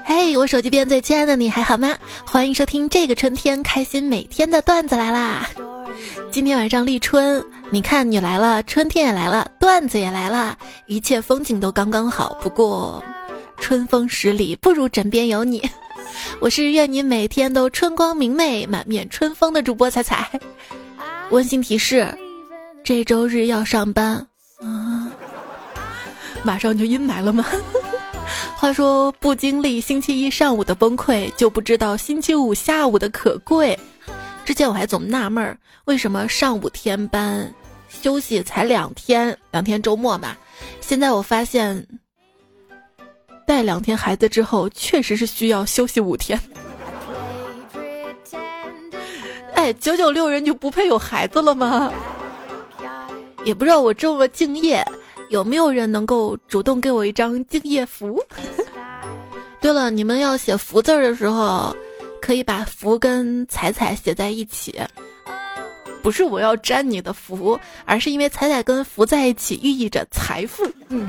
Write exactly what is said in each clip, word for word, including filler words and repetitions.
嘿，我手机边最亲爱的你还好吗？欢迎收听这个春天开心每天的段子来啦！今天晚上立春，你看你来了，春天也来了，段子也来了，一切风景都刚刚好。不过春风十里不如枕边有你。我是愿你每天都春光明媚，满面春风的主播彩彩。温馨提示，这周日要上班啊，马上就阴霾了吗？话说不经历星期一上午的崩溃，就不知道星期五下午的可贵。之前我还总纳闷儿，为什么上五天班休息才两天，两天周末嘛。现在我发现带两天孩子之后，确实是需要休息五天。哎，九九六人就不配有孩子了吗？也不知道我这么敬业，有没有人能够主动给我一张敬业福？对了，你们要写福字的时候，可以把福跟彩彩写在一起。不是我要沾你的福，而是因为彩彩跟福在一起寓意着财富。嗯，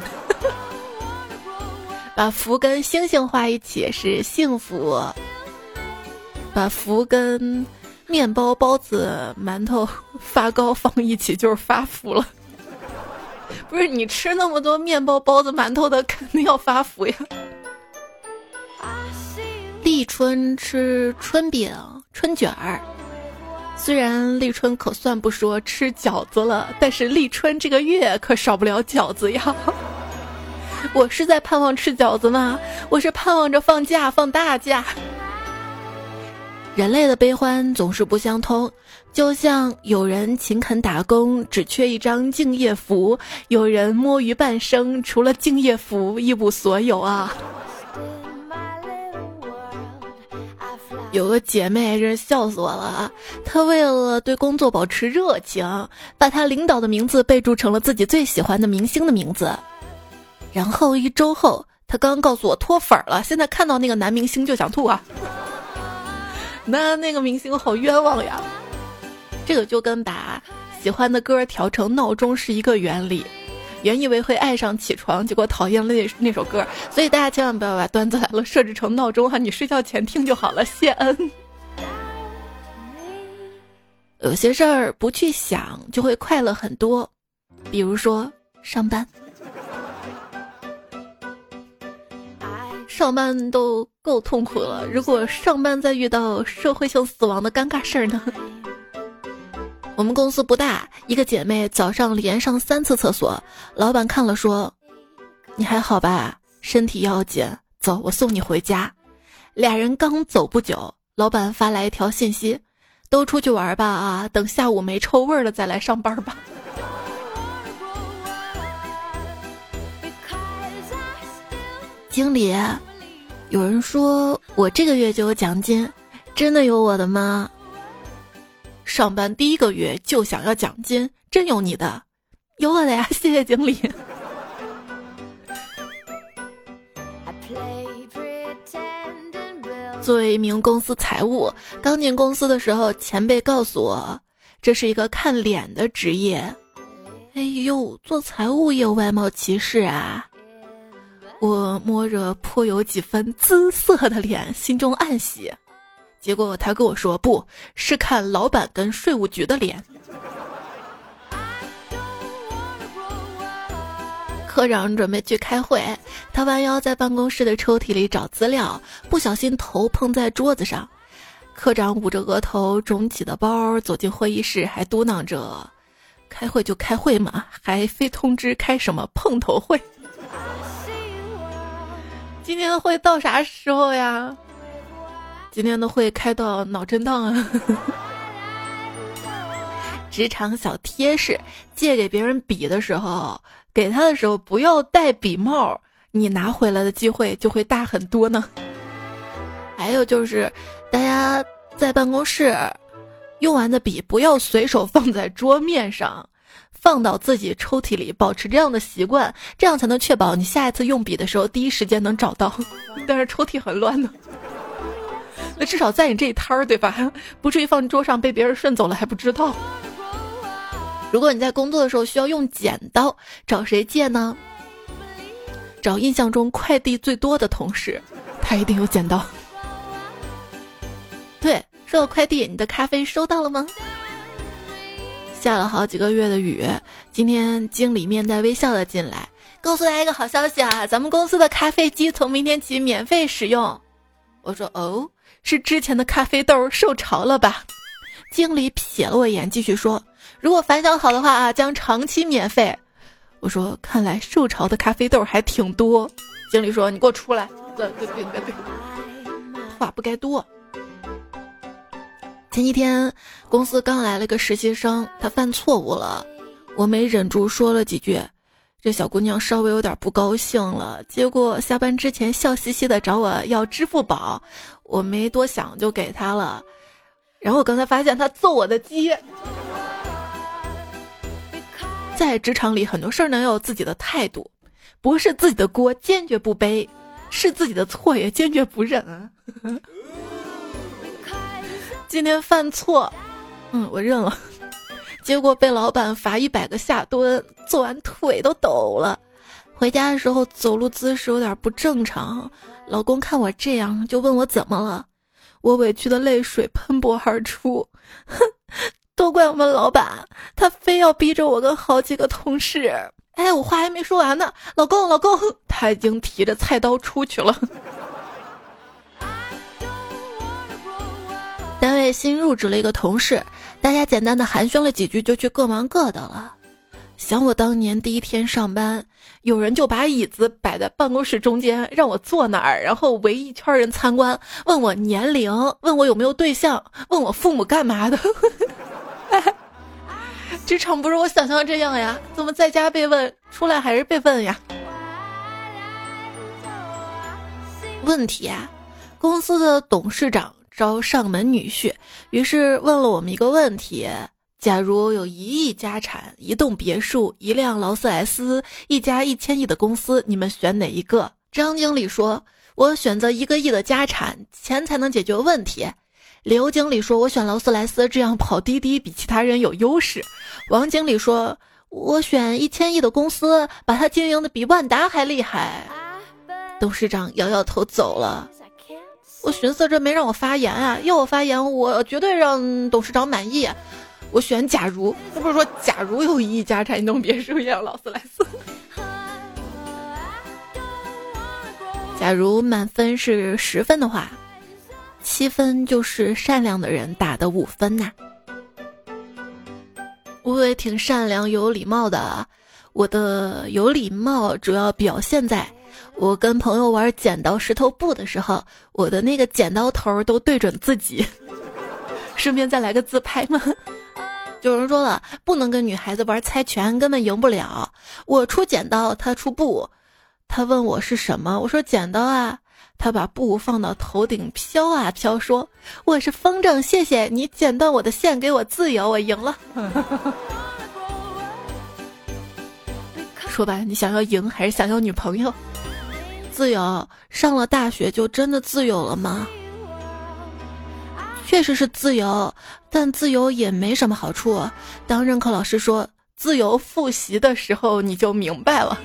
把福跟星星画一起是幸福，把福跟面包、包子、馒头、发糕放一起就是发福了。不是你吃那么多面包、包子、馒头的，肯定要发福呀。立春吃春饼、春卷儿，虽然立春可算不说吃饺子了，但是立春这个月可少不了饺子呀。我是在盼望吃饺子吗？我是盼望着放假，放大假。人类的悲欢总是不相通，就像有人勤恳打工，只缺一张敬业福；有人摸鱼半生，除了敬业福一无所有啊。有个姐妹真是笑死我了啊！她为了对工作保持热情，把她领导的名字备注成了自己最喜欢的明星的名字。然后一周后，她刚告诉我脱粉了，现在看到那个男明星就想吐啊！那那个明星好冤枉呀！这个就跟把喜欢的歌调成闹钟是一个原理。原以为会爱上起床，结果讨厌了那那首歌，所以大家千万不要把段子来了设置成闹钟哈，你睡觉前听就好了，谢恩。有些事儿不去想就会快乐很多，比如说上班。上班都够痛苦了，如果上班再遇到社会性死亡的尴尬事儿呢？我们公司不大，一个姐妹早上连上三次厕所，老板看了说：“你还好吧？身体要紧，走，我送你回家。”俩人刚走不久，老板发来一条信息：“都出去玩吧啊，等下午没臭味了再来上班吧。”经理，有人说我这个月就有奖金，真的有我的吗？上班第一个月就想要奖金，真有你的？有我的呀，谢谢经理。作为一名公司财务，刚进公司的时候，前辈告诉我，这是一个看脸的职业。哎呦，做财务也有外貌歧视啊！我摸着颇有几分姿色的脸，心中暗喜。结果他跟我说，不是看老板跟税务局的脸。科长准备去开会，他弯腰在办公室的抽屉里找资料，不小心头碰在桌子上。科长捂着额头肿起的包走进会议室，还嘟囔着：“开会就开会嘛，还非通知开什么碰头会。”今天的会到啥时候呀？今天的会开到脑震荡啊！职场小贴士：借给别人笔的时候，给他的时候不要戴笔帽，你拿回来的机会就会大很多呢。还有就是，大家在办公室用完的笔不要随手放在桌面上，放到自己抽屉里，保持这样的习惯，这样才能确保你下一次用笔的时候第一时间能找到。但是抽屉很乱的。那至少在你这一摊儿，对吧？不至于放桌上被别人顺走了还不知道。如果你在工作的时候需要用剪刀，找谁借呢？找印象中快递最多的同事，他他一定有捡到。对，收到快递，你的咖啡收到了吗？下了好几个月的雨，今天经理面带微笑的进来，告诉大家一个好消息啊，咱们公司的咖啡机从明天起免费使用。我说哦，是之前的咖啡豆受潮了吧？经理瞥了我一眼，继续说，如果反响好的话啊，将长期免费。我说看来受潮的咖啡豆还挺多。经理说你给我出来。对对对对对，话不该多。前几天公司刚来了个实习生，他犯错误了，我没忍住说了几句，这小姑娘稍微有点不高兴了，结果下班之前笑嘻嘻的找我要支付宝，我没多想就给她了，然后我刚才发现她揍我的鸡。在职场里很多事儿呢要有自己的态度，不是自己的锅坚决不背，是自己的错也坚决不认啊。今天犯错，嗯，我认了，结果被老板罚一百个下蹲，做完腿都抖了。回家的时候走路姿势有点不正常，老公看我这样就问我怎么了，我委屈的泪水喷薄而出，哼，都怪我们老板，他非要逼着我跟好几个同事。哎，我话还没说完呢，老公老公，他已经提着菜刀出去了。单位新入职了一个同事，大家简单的寒暄了几句就去各忙各的了。想我当年第一天上班，有人就把椅子摆在办公室中间让我坐那儿，然后围一圈人参观，问我年龄，问我有没有对象，问我父母干嘛的。职场不是我想象的这样呀，怎么在家被问，出来还是被问呀？问题啊，公司的董事长招上门女婿，于是问了我们一个问题，假如有一亿家产，一栋别墅，一辆劳斯莱斯，一家一千亿的公司，你们选哪一个？张经理说，我选择一个亿的家产，钱才能解决问题。刘经理说，我选劳斯莱斯，这样跑滴滴比其他人有优势。王经理说，我选一千亿的公司，把它经营的比万达还厉害。董事长摇摇头走了。我寻思着没让我发言啊，要我发言我绝对让董事长满意。我选假如，他不是说假如有一亿家产，一栋别墅，一辆劳斯莱斯。假如满分是十分的话，七分就是善良的人打的五分呐、啊。我也挺善良有礼貌的，我的有礼貌主要表现在我跟朋友玩剪刀石头布的时候，我的那个剪刀头都对准自己。顺便再来个自拍吗？有人说了，不能跟女孩子玩猜拳，根本赢不了。我出剪刀，他出布，他问我是什么，我说剪刀啊，他把布放到头顶飘啊飘，说我是风筝，谢谢你剪断我的线，给我自由，我赢了。说吧，你想要赢还是想要女朋友？自由，上了大学就真的自由了吗？确实是自由，但自由也没什么好处。当任课老师说自由复习的时候，你就明白了。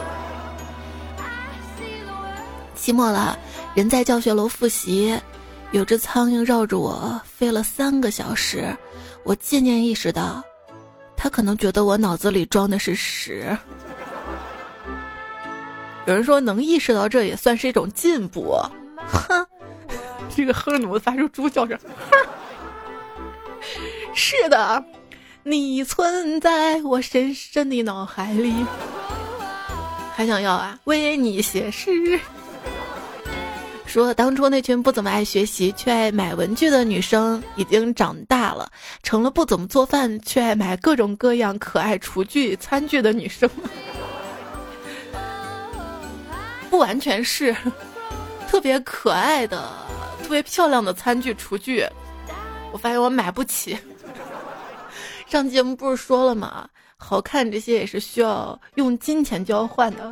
期末了，人在教学楼复习，有只苍蝇绕着我飞了三个小时，我渐渐意识到，他可能觉得我脑子里装的是屎。有人说能意识到这也算是一种进步。哼，这个哼弩发出猪叫声。是的，你存在我深深的脑海里。还想要啊？为你写诗。说当初那群不怎么爱学习却爱买文具的女生已经长大了，成了不怎么做饭却爱买各种各样可爱厨具餐具的女生。不完全是特别可爱的特别漂亮的餐具厨具，我发现我买不起。上节目不是说了吗，好看这些也是需要用金钱交换的。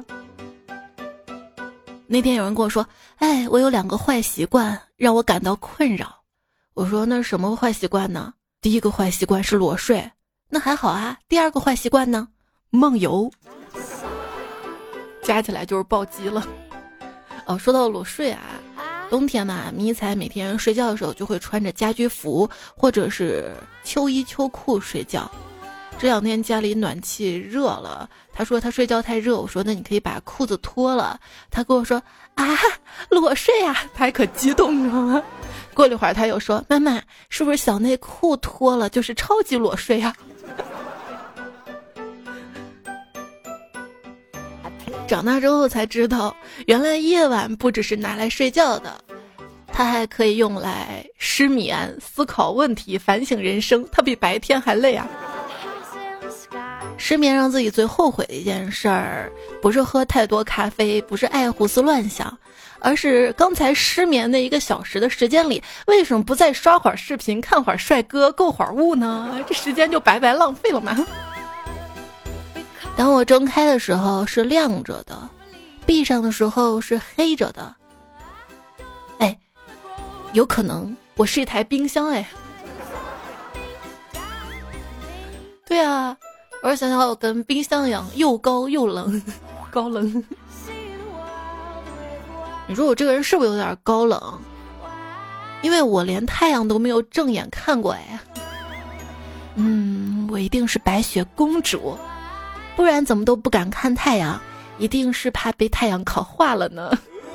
那天有人跟我说，哎，我有两个坏习惯让我感到困扰。我说那是什么坏习惯呢？第一个坏习惯是裸睡，那还好啊。第二个坏习惯呢？梦游，加起来就是暴击了。哦，说到裸睡啊， 冬天嘛，迷彩每天睡觉的时候就会穿着家居服或者是秋衣秋裤睡觉。这两天家里暖气热了，他说他睡觉太热，我说那你可以把裤子脱了。他跟我说啊，裸睡啊，他还可激动了吗？过了一会儿他又说，妈妈是不是小内裤脱了就是超级裸睡啊？长大之后才知道，原来夜晚不只是拿来睡觉的，它还可以用来失眠、思考问题、反省人生，它比白天还累啊。失眠让自己最后悔的一件事儿，不是喝太多咖啡，不是爱胡思乱想，而是刚才失眠的一个小时的时间里，为什么不再刷会儿视频，看会儿帅哥，购会儿物呢？这时间就白白浪费了吗？当我睁开的时候是亮着的，闭上的时候是黑着的。哎，有可能我是一台冰箱哎。对啊，我想想我跟冰箱一样，又高又冷，高冷。你说我这个人是不是有点高冷？因为我连太阳都没有正眼看过哎。嗯，我一定是白雪公主。不然怎么都不敢看太阳，一定是怕被太阳烤化了呢。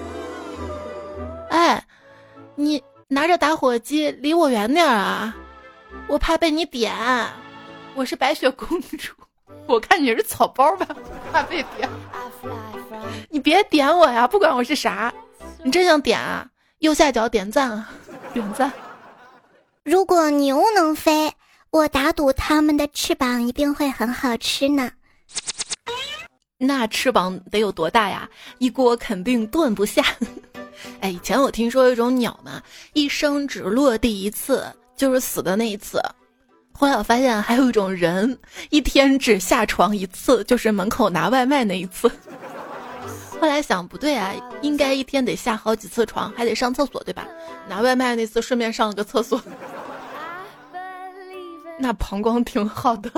哎，你拿着打火机离我远点啊，我怕被你点。我是白雪公主，我看你是草包吧，怕被点。你别点我呀，不管我是啥，你真想点啊？右下角点赞啊，点赞。 如果牛能飞，我打赌它们的翅膀一定会很好吃呢。 那翅膀得有多大呀？一锅肯定炖不下。哎，以前我听说有一种鸟嘛，一生只落地一次，就是死的那一次。后来我发现还有一种人，一天只下床一次，就是门口拿外卖那一次。后来想不对啊，应该一天得下好几次床，还得上厕所对吧？拿外卖那次顺便上了个厕所，那膀胱挺好的。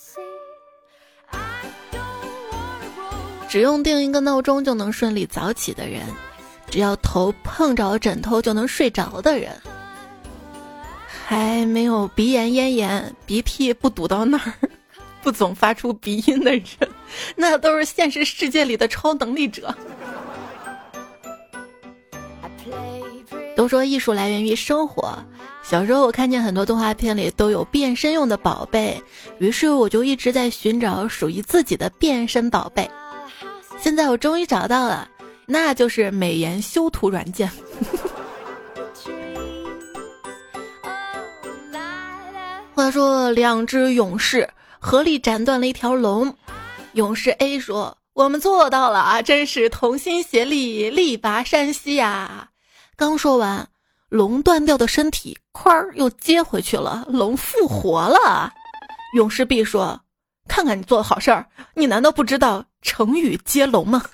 只用定一个闹钟就能顺利早起的人，只要头碰着枕头就能睡着的人，还没有鼻炎咽炎，鼻涕不堵到那儿，不总发出鼻音的人，那都是现实世界里的超能力者。都说艺术来源于生活，小时候我看见很多动画片里都有变身用的宝贝，于是我就一直在寻找属于自己的变身宝贝。现在我终于找到了，那就是美颜修图软件。话说两只勇士合力斩断了一条龙，勇士 A 说，我们做到了啊，真是同心协力，力拔山兮呀。刚说完，龙断掉的身体哐儿又接回去了，龙复活了。勇士 B 说，看看你做的好事儿，你难道不知道成语接龙吗？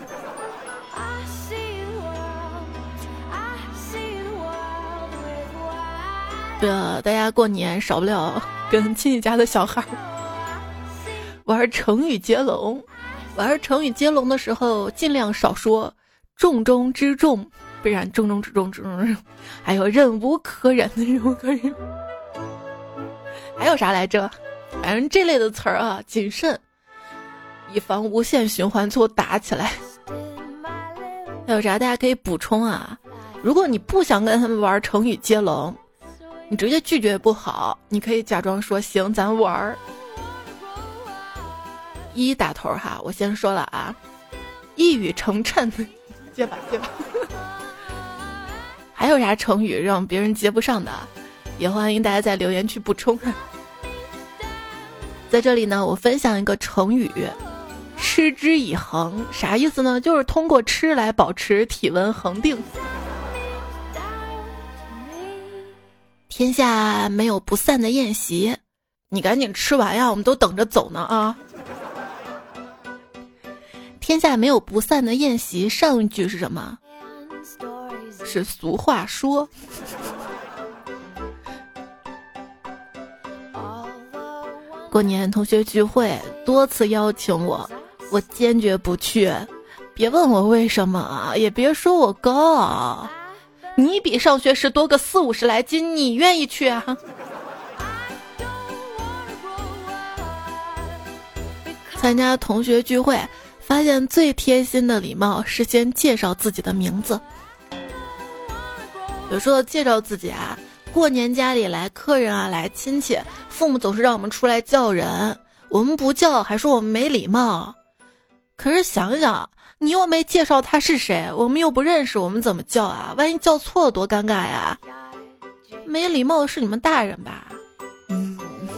对啊，大家过年少不了跟亲戚家的小孩玩成语接龙。玩成语接龙的时候尽量少说重中之重，不然重中之重之重，还有忍无可忍的忍无可忍。还有啥来着？反正这类的词儿啊，谨慎，以防无限循环最后打起来。还有啥大家可以补充啊？如果你不想跟他们玩成语接龙，你直接拒绝不好，你可以假装说行咱玩儿。一打头哈，我先说了啊，一语成谶，接吧接吧。还有啥成语让别人接不上的，也欢迎大家在留言区补充。在这里呢，我分享一个成语，持之以恒，啥意思呢？就是通过吃来保持体温恒定。天下没有不散的宴席，你赶紧吃完呀，我们都等着走呢啊！天下没有不散的宴席，上一句是什么？是俗话说。过年同学聚会多次邀请我，我坚决不去，别问我为什么，也别说我高傲。 你比上学时多个四五十来斤，你愿意去啊？参加同学聚会，发现最贴心的礼貌是先介绍自己的名字。有时候介绍自己啊，过年家里来客人啊，来亲戚，父母总是让我们出来叫人，我们不叫，还说我们没礼貌。可是想想，你又没介绍他是谁，我们又不认识，我们怎么叫啊？万一叫错了多尴尬呀！没礼貌的是你们大人吧？嗯。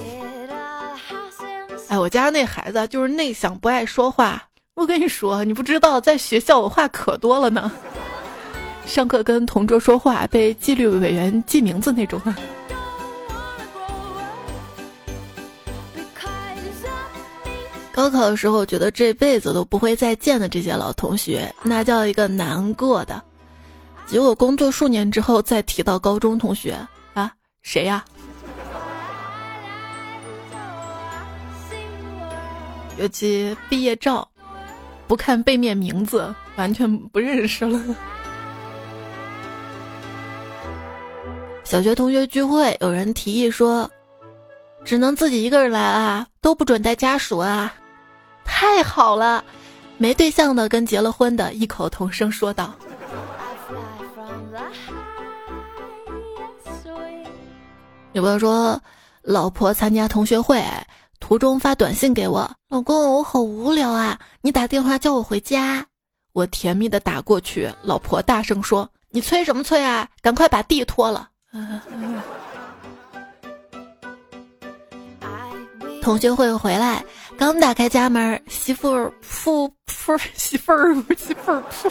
哎，我家那孩子就是内向不爱说话。我跟你说，你不知道，在学校我话可多了呢。上课跟同桌说话，被纪律委员记名字那种。高考的时候，觉得这辈子都不会再见的这些老同学，那叫一个难过的。结果工作数年之后，再提到高中同学啊，谁呀？尤其毕业照，不看背面名字，完全不认识了。小学同学聚会，有人提议说，只能自己一个人来啊，都不准带家属啊。太好了，没对象的跟结了婚的异口同声说道。有朋友说，老婆参加同学会，途中发短信给我，老公，我好无聊啊，你打电话叫我回家。我甜蜜的打过去，老婆大声说，你催什么催啊，赶快把地拖了。同学会回来，刚打开家门，媳妇儿扑扑媳妇儿媳妇儿扑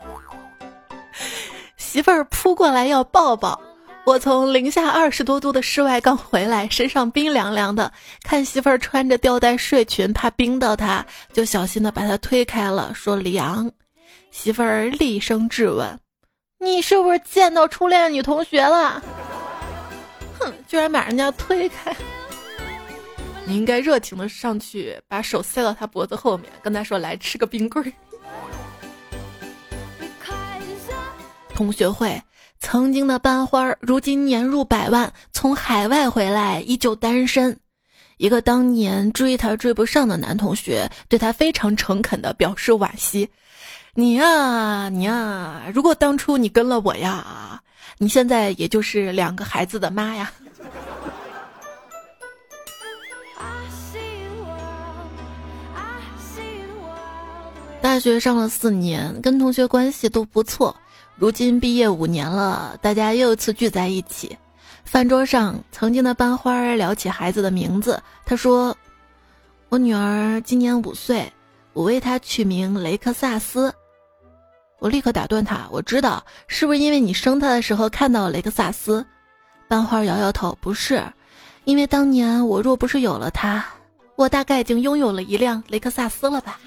媳妇儿扑过来要抱抱。我从零下二十多度的室外刚回来，身上冰凉凉的，看媳妇儿穿着吊带睡裙，怕冰到她，就小心的把她推开了，说凉。媳妇儿厉声质问，你是不是见到初恋女同学了？哼，居然把人家推开。你应该热情的上去，把手塞到他脖子后面，跟他说，来吃个冰棍儿。同学会，曾经的班花如今年入百万，从海外回来依旧单身。一个当年追他追不上的男同学对他非常诚恳地表示惋惜，你呀你呀，如果当初你跟了我呀，你现在也就是两个孩子的妈呀。大学上了四年，跟同学关系都不错，如今毕业五年了，大家又一次聚在一起。饭桌上，曾经的班花聊起孩子的名字，他说，我女儿今年五岁，我为她取名雷克萨斯。我立刻打断他，我知道，是不是因为你生她的时候看到雷克萨斯？班花摇摇头，不是，因为当年我若不是有了她，我大概已经拥有了一辆雷克萨斯了吧。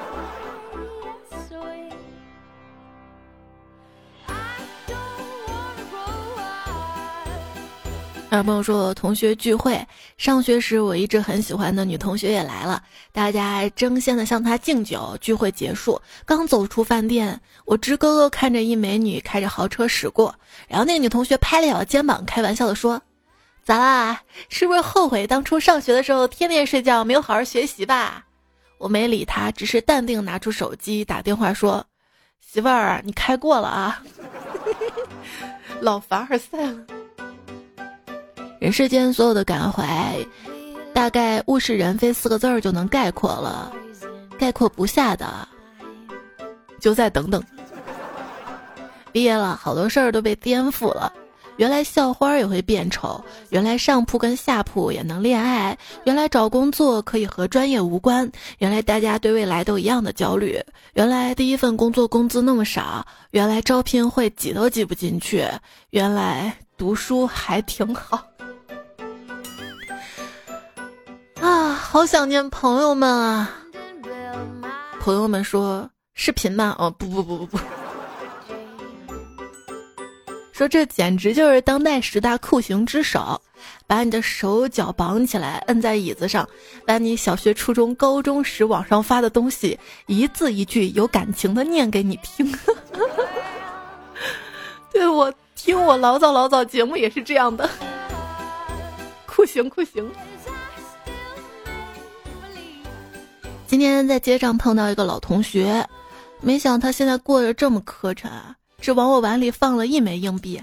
有朋友说，同学聚会，上学时我一直很喜欢的女同学也来了，大家争先的向她敬酒。聚会结束，刚走出饭店，我直勾勾看着一美女开着豪车驶过，然后那个女同学拍了一下我肩膀，开玩笑的说，咋啦，是不是后悔当初上学的时候天天睡觉，没有好好学习吧？我没理她，只是淡定拿出手机打电话说，媳妇儿，你开过了啊。老凡尔赛了。人世间所有的感怀，大概物是人非四个字儿就能概括了，概括不下的就再等等。毕业了，好多事儿都被颠覆了，原来校花也会变丑，原来上铺跟下铺也能恋爱，原来找工作可以和专业无关，原来大家对未来都一样的焦虑，原来第一份工作工资那么少，原来招聘会挤都挤不进去，原来读书还挺好啊，好想念朋友们啊！朋友们说视频吗？哦，不不不不不，说这简直就是当代十大酷刑之首，把你的手脚绑起来，摁在椅子上，把你小学、初中、高中时网上发的东西一字一句有感情的念给你听。对我听我老早老早节目也是这样的。酷刑酷刑。今天在街上碰到一个老同学，没想他现在过得这么磕碜啊，只往我碗里放了一枚硬币。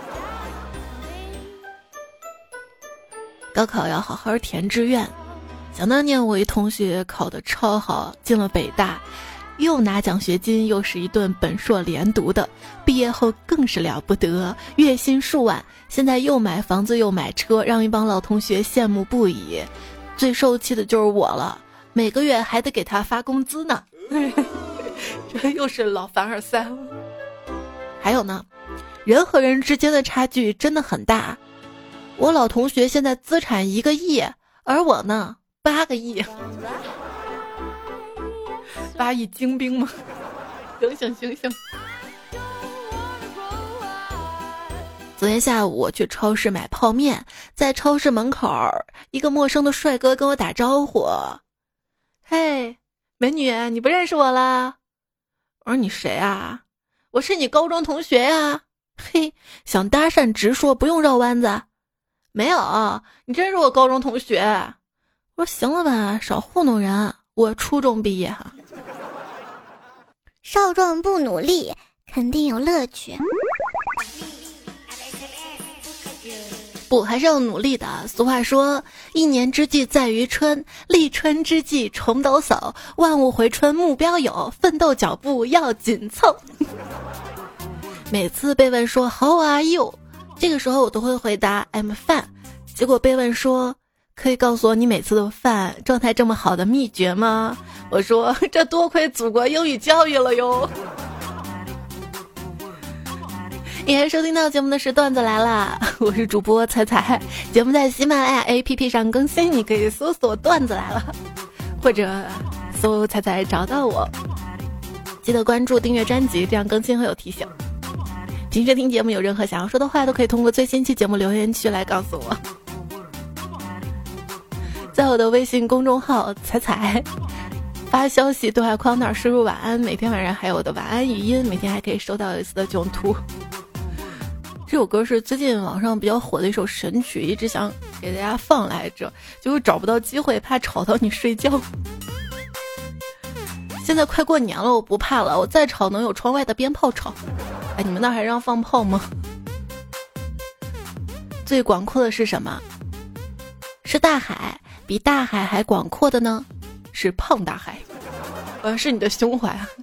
高考要好好填志愿，想当年我一同学考得超好，进了北大，又拿奖学金，又是一顿本硕连读的，毕业后更是了不得，月薪数万，现在又买房子又买车，让一帮老同学羡慕不已。最受气的就是我了，每个月还得给他发工资呢。这又是老凡尔赛了。还有呢，人和人之间的差距真的很大。我老同学现在资产一个亿，而我呢八个亿。八亿精兵吗？醒醒醒醒！昨天下午我去超市买泡面，在超市门口，一个陌生的帅哥跟我打招呼：“嘿，美女，你不认识我啦？”我说：“你谁啊？”“我是你高中同学呀。”“嘿，想搭讪直说，不用绕弯子。”“没有，你真是我高中同学。”我说：“行了吧，少糊弄人，我初中毕业哈。” 少壮不努力，肯定有乐趣。 不，还是要努力的。俗话说，一年之计在于春，立春之际重抖擞，万物回春目标有，奋斗脚步要紧凑。每次被问说 How are you， 这个时候我都会回答 I'm fine。 结果被问说，可以告诉我你每次的饭状态这么好的秘诀吗？我说，这多亏祖国英语教育了哟。你还收听到节目的是段子来啦，我是主播彩彩，节目在喜马拉雅 A P P 上更新，你可以搜索段子来了，或者搜彩彩找到我，记得关注订阅专辑，这样更新会有提醒。平时听节目有任何想要说的话，都可以通过最新期节目留言区来告诉我，在我的微信公众号彩彩发消息对话框那儿输入晚安，每天晚上还有我的晚安语音，每天还可以收到一次的囧图。这首歌是最近网上比较火的一首神曲，一直想给大家放来着，结果找不到机会，怕吵到你睡觉。现在快过年了，我不怕了，我再吵能有窗外的鞭炮吵。哎，你们那还让放炮吗？最广阔的是什么？是大海。比大海还广阔的呢，是胖大海。呃，是你的胸怀啊。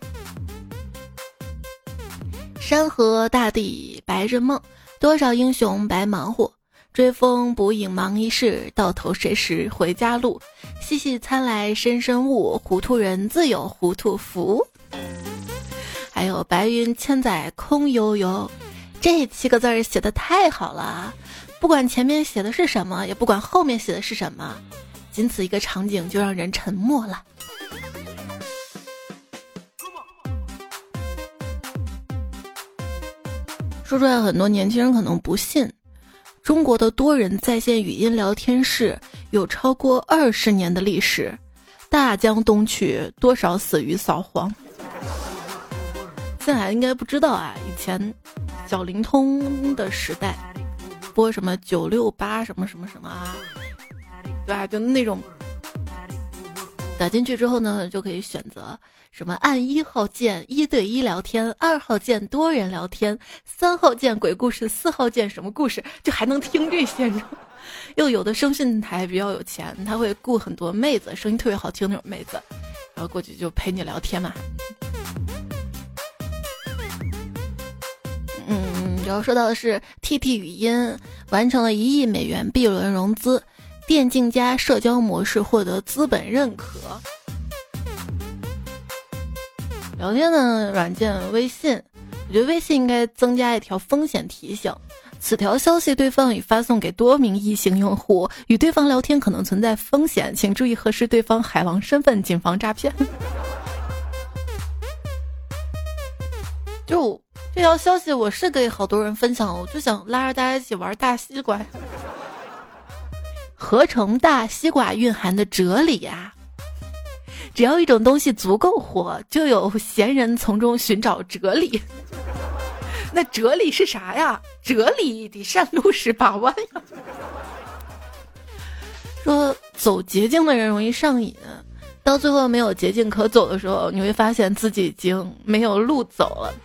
山河大地白日梦，多少英雄白忙活，追风捕影忙一世，到头谁识回家路，细细参来深深悟，糊涂人自有糊涂福。还有白云千载空悠悠，这七个字儿写得太好了，不管前面写的是什么，也不管后面写的是什么，仅此一个场景就让人沉默了。说出来很多年轻人可能不信，中国的多人在线语音聊天室有超过二十年的历史，大江东去，多少死于扫黄。现在应该不知道啊，以前小灵通的时代播什么九六八什么什么什么啊，对啊，就那种打进去之后呢，就可以选择什么按一号键一对一聊天，二号键多人聊天，三号键鬼故事，四号键什么故事，就还能听这些呢。又有的声讯台比较有钱，他会雇很多妹子，声音特别好听那种妹子，然后过去就陪你聊天嘛。嗯，然后说到的是 T T 语音完成了一亿美元 B 轮融资，电竞加社交模式获得资本认可。聊天的软件微信，我觉得微信应该增加一条风险提醒，此条消息对方已发送给多名异性用户，与对方聊天可能存在风险，请注意核实对方海王身份，谨防诈骗。就这条消息我是给好多人分享，我就想拉着大家一起玩大西瓜。合成大西瓜蕴含的哲理啊，只要一种东西足够火，就有闲人从中寻找哲理。 那哲理是啥呀？哲理得山路十八弯呀。说走捷径的人容易上瘾，到最后没有捷径可走的时候，你会发现自己已经没有路走了。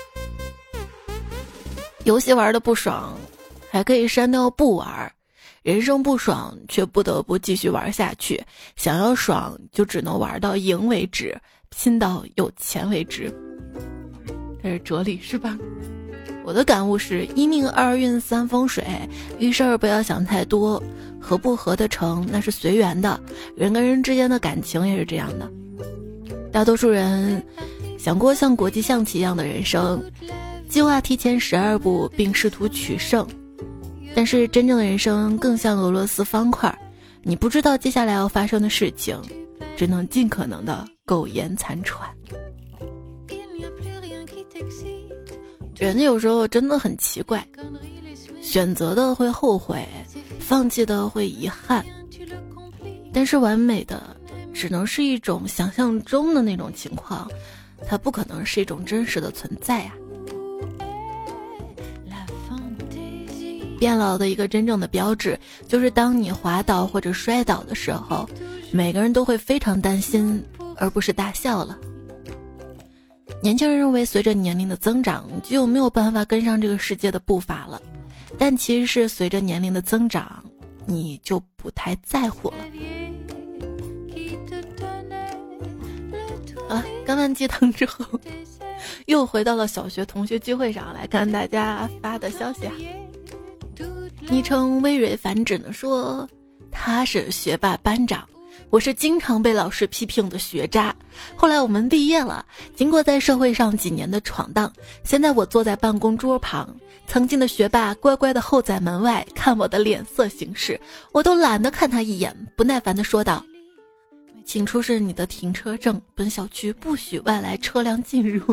游戏玩的不爽，还可以删掉不玩，人生不爽却不得不继续玩下去，想要爽就只能玩到赢为止，拼到有钱为止。这是哲理是吧？我的感悟是一命二运三风水，遇事儿不要想太多，合不合得成那是随缘的，人跟人之间的感情也是这样的。大多数人想过像国际象棋一样的人生，计划提前十二步并试图取胜，但是真正的人生更像俄罗斯方块，你不知道接下来要发生的事情，只能尽可能的苟延残喘。人有时候真的很奇怪，选择的会后悔，放弃的会遗憾，但是完美的只能是一种想象中的那种情况，它不可能是一种真实的存在啊。变老的一个真正的标志，就是当你滑倒或者摔倒的时候，每个人都会非常担心，而不是大笑了。年轻人认为随着年龄的增长就没有办法跟上这个世界的步伐了，但其实是随着年龄的增长你就不太在乎了。啊，干完鸡汤之后又回到了小学同学聚会上，来看大家发的消息啊。昵称微蕊繁殖的说，他是学霸班长，我是经常被老师批评的学渣。后来我们毕业了，经过在社会上几年的闯荡，现在我坐在办公桌旁，曾经的学霸乖乖的候在门外看我的脸色行事，我都懒得看他一眼，不耐烦地说道，请出示你的停车证，本小区不许外来车辆进入。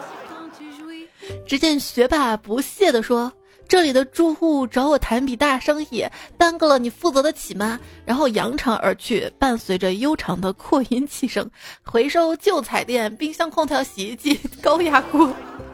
只见学霸不屑地说，这里的住户找我谈笔大生意，耽搁了你负责得起吗？然后扬长而去，伴随着悠长的扩音器声，回收旧彩电、冰箱、空调、洗衣机、高压锅。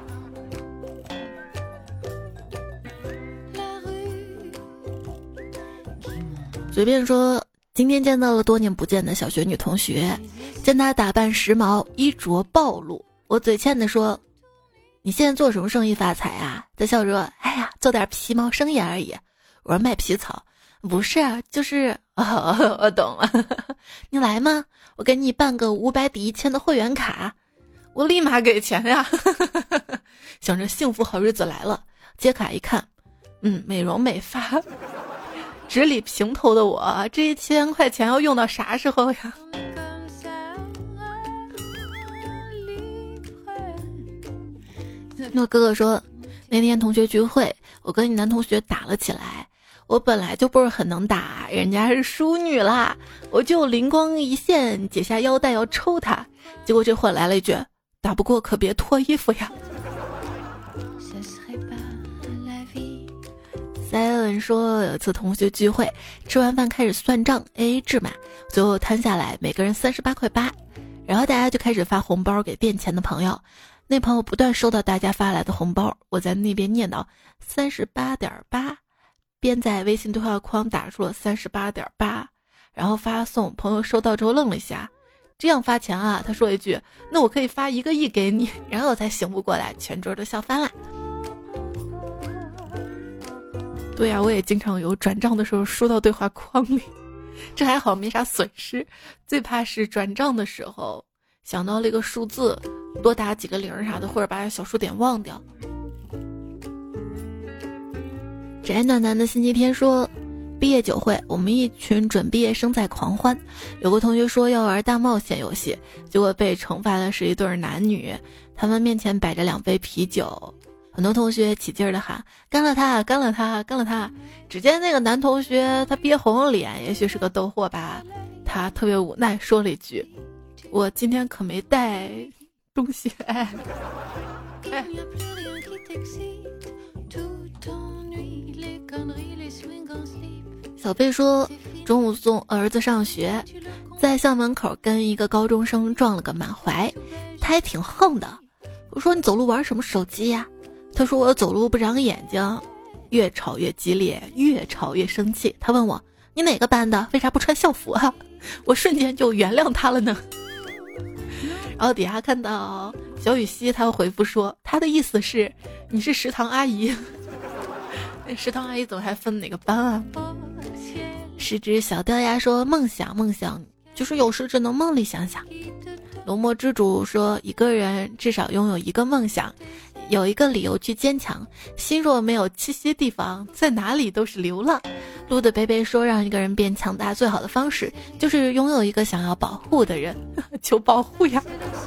随便说，今天见到了多年不见的小学女同学，见她打扮时髦，衣着暴露，我嘴欠的说，你现在做什么生意发财啊？他笑着，哎呀，做点皮毛生意而已。我说卖皮草，不是，就是、哦、我懂了。你来吗？我给你办个五百抵一千的会员卡。我立马给钱呀，想着幸福好日子来了。接卡一看，嗯，美容美发。直理平头的我，这一千块钱要用到啥时候呀？那哥哥说，那天同学聚会，我跟你男同学打了起来，我本来就不是很能打，人家是淑女啦，我就灵光一现，解下腰带要抽他，结果这货来了一句，打不过可别脱衣服呀。塞恩说，有次同学聚会，吃完饭开始算账 A A 制嘛，最后摊下来每个人三十八块八，然后大家就开始发红包给垫钱的朋友。那朋友不断收到大家发来的红包，我在那边念叨三十八点八，边在微信对话框打出了三十八点八，然后发送。朋友收到之后愣了一下，这样发钱啊？他说一句，那我可以发一个亿给你。然后我才醒悟过来，全桌都笑翻了。对呀、啊，我也经常有转账的时候输到对话框里，这还好没啥损失，最怕是转账的时候想到了一个数字，多打几个零啥的，或者把小数点忘掉。宅暖男的星期天说，毕业酒会，我们一群准毕业生在狂欢，有个同学说要玩大冒险游戏，结果被惩罚的是一对男女，他们面前摆着两杯啤酒，很多同学起劲儿的喊干了他干了他干了他，只见那个男同学他憋红了脸，也许是个逗货吧，他特别无奈说了一句，我今天可没带东西。哎哎，小贝说，中午送儿子上学，在校门口跟一个高中生撞了个满怀，他还挺横的。我说你走路玩什么手机呀？ 他说我走路不长眼睛，越吵越激烈，越吵越生气。他问我你哪个班的，为啥不穿校服啊？我瞬间就原谅他了呢。然后底下看到小雨熙，他回复说他的意思是你是食堂阿姨。那食堂阿姨怎么还分哪个班啊？是只小掉牙说梦想梦想就是有时只能梦里想想。龙墨之主说一个人至少拥有一个梦想，有一个理由去坚强，心若没有栖息地方，在哪里都是流浪。路的贝贝说让一个人变强大最好的方式就是拥有一个想要保护的人。求保护呀。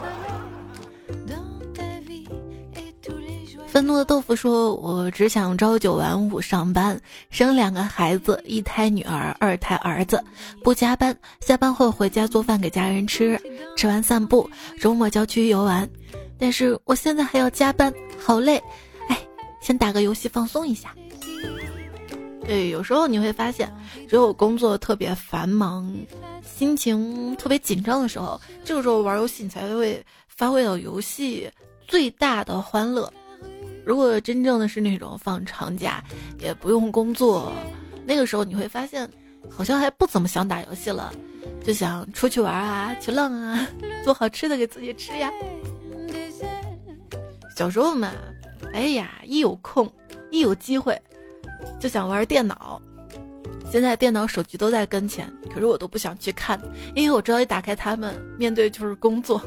愤怒的豆腐说我只想朝九晚五上班，生两个孩子，一胎女儿二胎儿子，不加班，下班后回家做饭给家人吃，吃完散步，周末郊区游玩。但是我现在还要加班，好累，哎，先打个游戏放松一下。对，有时候你会发现只有工作特别繁忙，心情特别紧张的时候，这个时候玩游戏你才会发挥到游戏最大的欢乐。如果真正的是那种放长假也不用工作，那个时候你会发现好像还不怎么想打游戏了，就想出去玩啊，去浪啊，做好吃的给自己吃呀。小时候嘛，哎呀，一有空一有机会就想玩电脑，现在电脑手机都在跟前，可是我都不想去看，因为我知道一打开它们面对就是工作。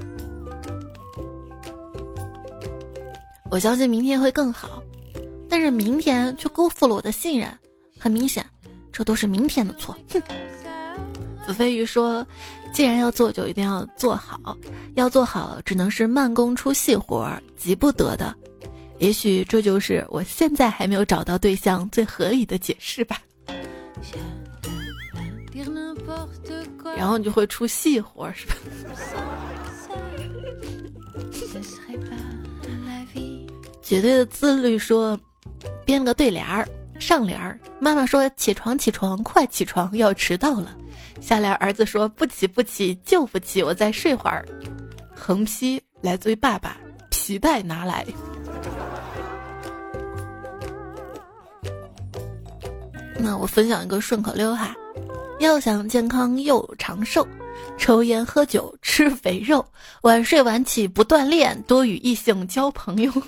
我相信明天会更好，但是明天却辜负了我的信任，很明显这都是明天的错。哼。子非鱼说既然要做就一定要做好，要做好只能是慢工出细活，急不得的。也许这就是我现在还没有找到对象最合理的解释吧。然后你就会出细活是吧？绝对的自律说编个对联儿，上联儿妈妈说起床起床快起床要迟到了，下联儿子说不起不起就不起我再睡会儿，横批来自于爸爸，皮带拿来。那我分享一个顺口溜哈，要想健康又长寿，抽烟喝酒吃肥肉，晚睡晚起不锻炼，多与异性交朋友。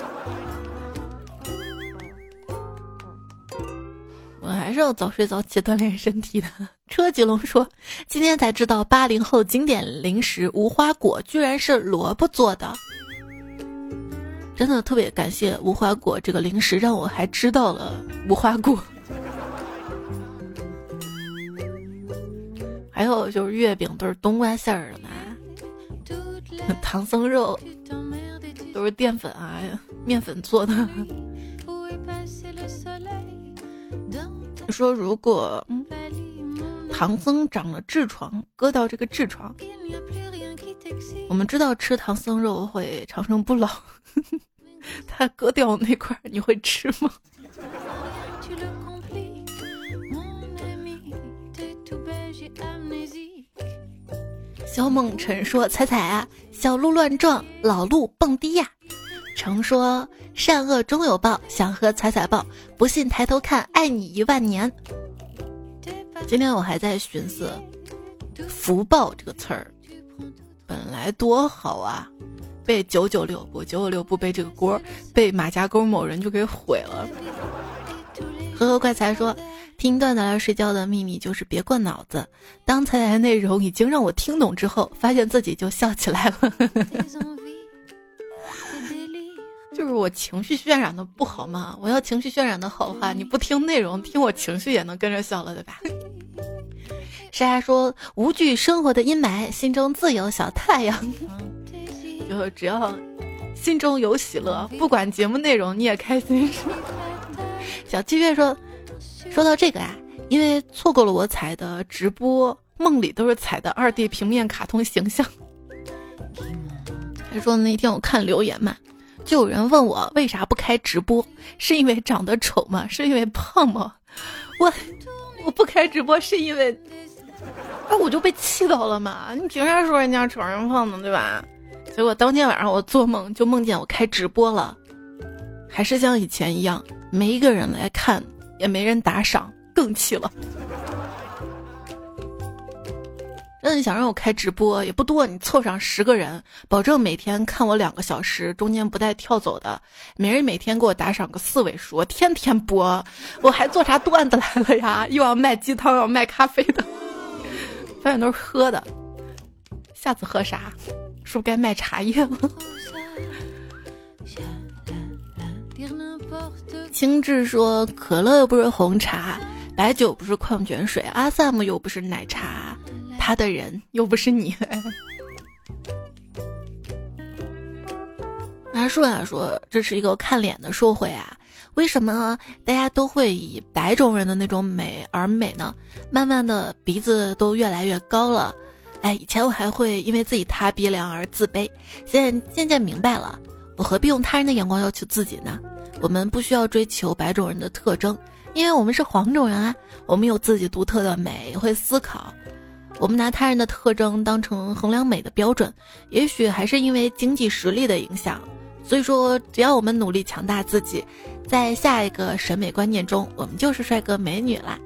我还是要早睡早起锻炼身体的。车吉龙说今天才知道八零后经典零食无花果居然是萝卜做的，真的特别感谢无花果这个零食，让我还知道了无花果。还有就是月饼都是冬瓜馅儿的嘛，唐僧肉都是淀粉啊面粉做的。说如果、嗯、唐僧长了痔疮，割到这个痔疮，我们知道吃唐僧肉会长生不老，他割掉那块你会吃吗？肖梦辰说彩彩啊，小鹿乱撞老鹿蹦迪呀。常说善恶终有报，想和彩彩报，不信抬头看，爱你一万年。今天我还在寻思福报这个词儿本来多好啊，被九九六不九九六不背这个锅，被马家沟某人就给毁了。呵呵怪才说听段子来睡觉的秘密就是别过脑子，当彩彩的内容已经让我听懂之后，发现自己就笑起来了。就是我情绪渲染的不好嘛，我要情绪渲染的好的话，你不听内容，听我情绪也能跟着笑了，对吧？莎莎说无惧生活的阴霾，心中自有小太阳。就只要心中有喜乐，不管节目内容你也开心。小七月说说到这个啊，因为错过了我彩的直播，梦里都是彩的二 D 平面卡通形象。他说那天我看留言嘛，就有人问我为啥不开直播，是因为长得丑吗？是因为胖吗？我我不开直播是因为啊，我就被气到了嘛，你凭啥说人家丑人胖呢，对吧？结果当天晚上我做梦就梦见我开直播了， 还是像以前一样，没一个人来看，也没人打赏，更气了。那你想让我开直播也不多，你凑上十个人，保证每天看我两个小时，中间不带跳走的。每人每天给我打赏个四位数，天天播，我还做啥段子来了呀？又要卖鸡汤，又要卖咖啡的，发现都是喝的。下次喝啥？是不是该卖茶叶了？清志说，可乐又不是红茶，白酒不是矿泉水，阿萨姆又不是奶茶，他的人又不是你。阿顺啊说，这是一个看脸的社会啊，为什么大家都会以白种人的那种美而美呢？慢慢的鼻子都越来越高了。哎，以前我还会因为自己塌鼻梁而自卑，现在渐渐明白了，我何必用他人的眼光要求自己呢？我们不需要追求白种人的特征，因为我们是黄种人啊，我们有自己独特的美，会思考。我们拿他人的特征当成衡量美的标准，也许还是因为经济实力的影响。所以说，只要我们努力强大自己，在下一个审美观念中，我们就是帅哥美女啦。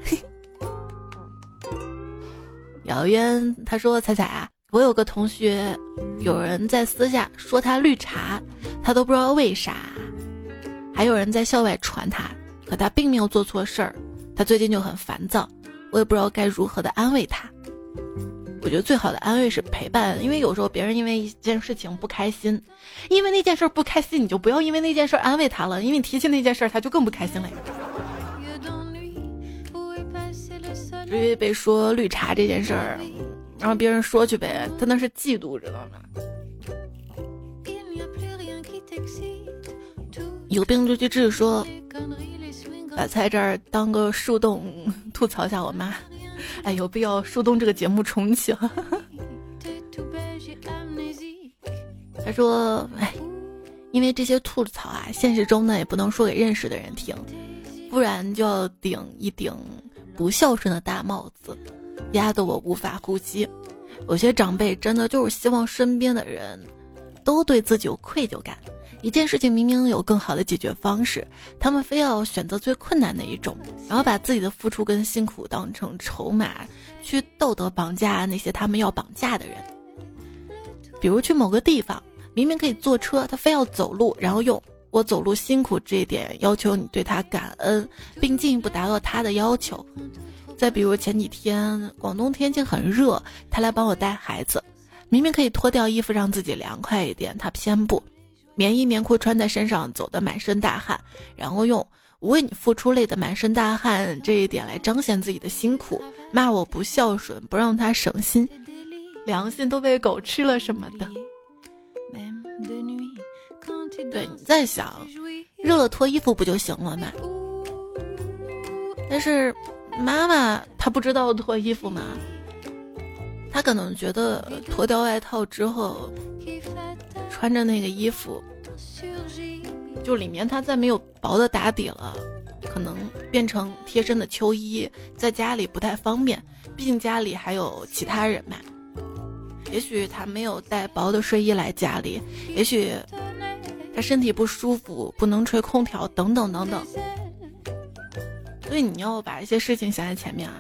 姚渊他说，彩彩啊，我有个同学，有人在私下说他绿茶，他都不知道为啥，还有人在校外传他，可他并没有做错事儿，他最近就很烦躁，我也不知道该如何的安慰他。我觉得最好的安慰是陪伴，因为有时候别人因为一件事情不开心，因为那件事不开心，你就不要因为那件事安慰他了，因为你提起那件事他就更不开心了。至于被说绿茶这件事儿，让别人说去呗，他那是嫉妒，知道吗？有病就去治，说把在这儿当个树洞吐槽一下我妈。哎，有必要树洞这个节目重启了。他说，哎，因为这些吐槽啊，现实中呢也不能说给认识的人听，不然就要顶一顶不孝顺的大帽子，压得我无法呼吸。有些长辈真的就是希望身边的人都对自己有愧疚感，一件事情明明有更好的解决方式，他们非要选择最困难的一种，然后把自己的付出跟辛苦当成筹码，去道德绑架那些他们要绑架的人。比如去某个地方，明明可以坐车，他非要走路，然后用我走路辛苦这一点要求你对他感恩，并进一步达到他的要求。再比如前几天广东天气很热，他来帮我带孩子，明明可以脱掉衣服让自己凉快一点，他偏不，棉衣棉裤穿在身上走得满身大汗，然后用我为你付出累得满身大汗这一点来彰显自己的辛苦，骂我不孝顺，不让他省心，良心都被狗吃了什么的。对，你在想热了脱衣服不就行了吗？但是妈妈她不知道脱衣服吗？她可能觉得脱掉外套之后穿着那个衣服，就里面它再没有薄的打底了，可能变成贴身的秋衣，在家里不太方便，毕竟家里还有其他人嘛。也许他没有带薄的睡衣来家里，也许他身体不舒服，不能吹空调，等等等等。所以你要把一些事情想在前面啊。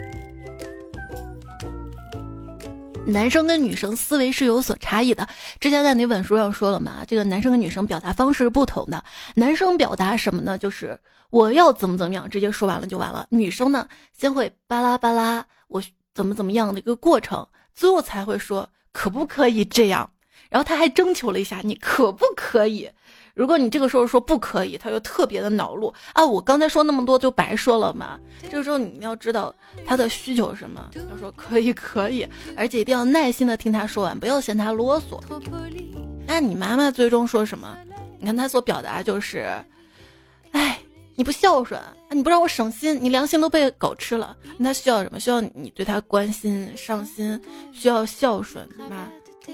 男生跟女生思维是有所差异的，之前在哪本书上说了嘛，这个男生跟女生表达方式是不同的。男生表达什么呢？就是我要怎么怎么样，直接说完了就完了。女生呢，先会巴拉巴拉我怎么怎么样的一个过程，最后才会说可不可以这样，然后他还征求了一下你可不可以。如果你这个时候说不可以，他就特别的恼怒啊！我刚才说那么多就白说了嘛。这个时候你要知道他的需求是什么，要说可以可以，而且一定要耐心的听他说完，不要嫌他啰嗦。那你妈妈最终说什么？你看他所表达就是，哎，你不孝顺，你不让我省心，你良心都被狗吃了。他需要什么？需要你对他关心上心，需要孝顺吗？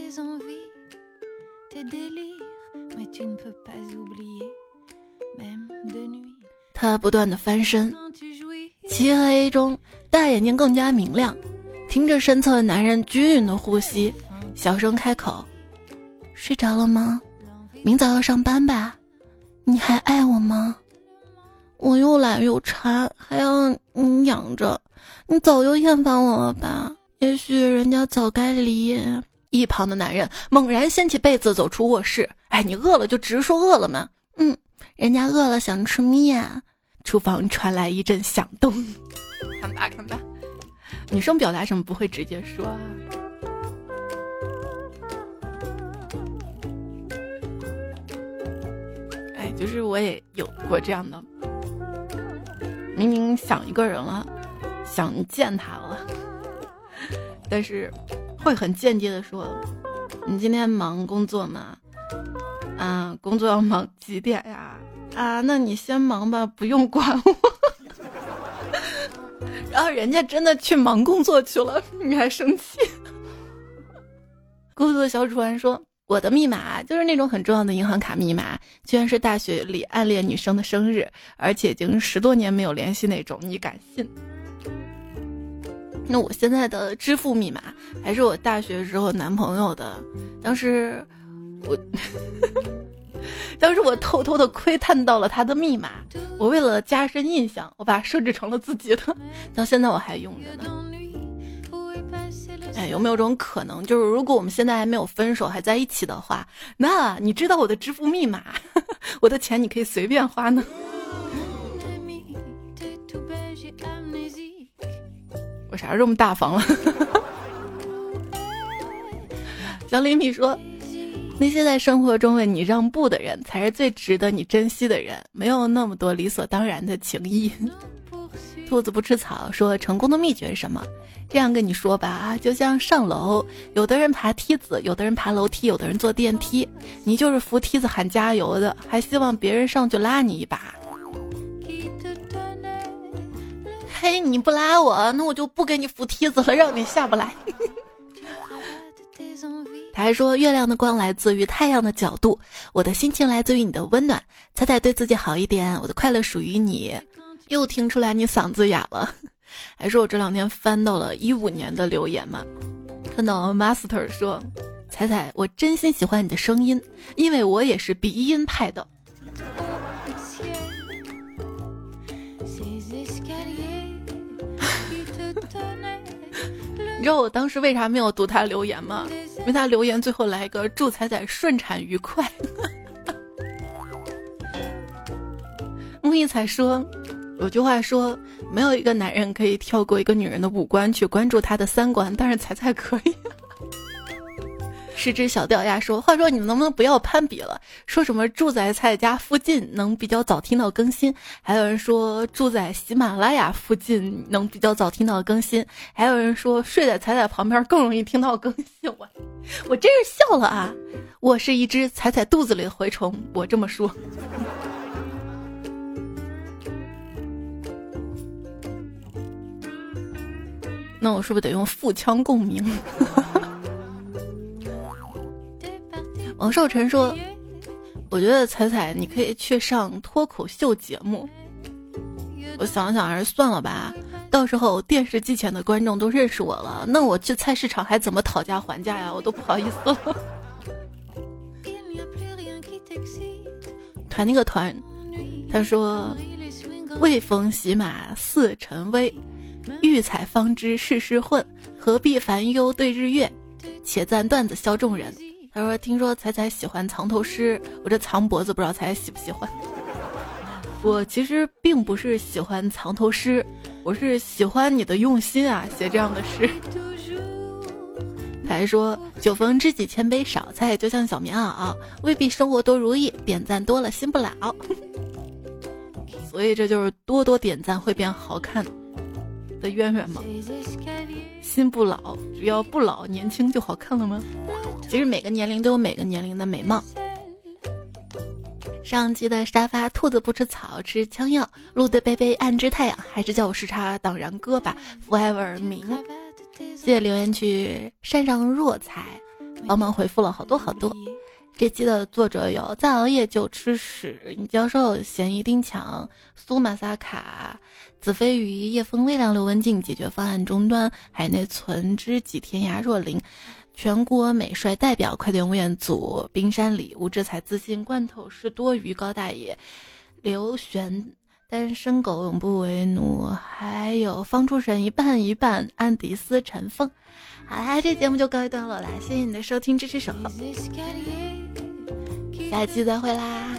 他不断的翻身，漆黑中大眼睛更加明亮，听着身侧的男人均匀的呼吸，小声开口：睡着了吗？明早要上班吧？你还还爱我吗？我又懒又馋，还要你养着，你早就厌烦我了吧？也许人家早该离。一旁的男人猛然掀起被子走出卧室。哎，你饿了就直说饿了嘛。嗯，人家饿了想吃面。厨房传来一阵响动。看吧看吧，女生表达什么不会直接说啊。哎，就是我也有过这样的，明明想一个人了，想见他了，但是会很间接的说，你今天忙工作吗？啊，工作要忙几点呀？啊，那你先忙吧，不用管我。然后人家真的去忙工作去了，你还生气？孤独的小主人说，我的密码就是那种很重要的银行卡密码，居然是大学里暗恋女生的生日，而且已经十多年没有联系那种，你敢信？那我现在的支付密码还是我大学时候男朋友的，当时我当时我偷偷的窥探到了他的密码，我为了加深印象，我把它设置成了自己的，到现在我还用着呢。哎，有没有种可能，就是如果我们现在还没有分手，还在一起的话，那你知道我的支付密码，我的钱你可以随便花呢？我啥时候这么大方了？小李米说，那些在生活中为你让步的人，才是最值得你珍惜的人，没有那么多理所当然的情谊。兔子不吃草说，成功的秘诀是什么？这样跟你说吧，就像上楼，有的人爬梯子，有的人爬楼梯，有的人坐电梯，你就是扶梯子喊加油的，还希望别人上去拉你一把。嘿，你不拉我，那我就不给你扶梯子了，让你下不来。他还说，月亮的光来自于太阳的角度，我的心情来自于你的温暖，彩彩对自己好一点，我的快乐属于你。又听出来你嗓子哑了。还说我这两天翻到了一五年的留言嘛，看到 Master 说，彩彩，我真心喜欢你的声音，因为我也是鼻音派的。你知道我当时为啥没有读他留言吗？因为他留言最后来一个祝彩彩顺产愉快。木易才说，有句话说，没有一个男人可以跳过一个女人的五官去关注她的三观，但是彩彩可以。是只小掉牙说，话说你们能不能不要攀比了，说什么住在彩家附近能比较早听到更新，还有人说住在喜马拉雅附近能比较早听到更新，还有人说睡在彩彩旁边更容易听到更新。我我真是笑了啊，我是一只彩彩肚子里的蛔虫，我这么说。那我是不是得用腹腔共鸣？王少晨说，我觉得彩彩你可以去上脱口秀节目。我想想还是算了吧，到时候电视机前的观众都认识我了，那我去菜市场还怎么讨价还价呀？我都不好意思了。团那个团，他说，未逢喜马似尘微，欲采方知世事混，何必烦忧对日月，且赞段子消众人。他说，听说彩彩喜欢藏头诗，我这藏脖子不知道彩彩喜不喜欢。我其实并不是喜欢藏头诗，我是喜欢你的用心啊，写这样的诗。他还说，酒逢知己千杯少，彩彩就像小棉袄，未必生活多如意，点赞多了心不老。所以这就是多多点赞会变好看的渊源吗？心不老，只要不老，年轻就好看了吗？其实每个年龄都有每个年龄的美貌。上期的沙发，兔子不吃草，吃枪药；路的杯杯，暗之太阳，还是叫我时差党然哥吧 ，forever 明。谢谢留言区山上若彩帮忙回复了好多好多。这期的作者有再熬夜就吃屎、尹教授、嫌疑丁强、苏马萨卡、子非鱼、夜风微凉、刘文静、解决方案终端、海内存知己天涯若灵、 全国美帅代表快点物业组冰山里无志才自信罐头是多余高大爷刘璇单身狗永不为奴，还有方出神一半一半安迪斯陈峰。好啦，这节目就告一段落啦，谢谢你的收听支持守候，下期再会啦。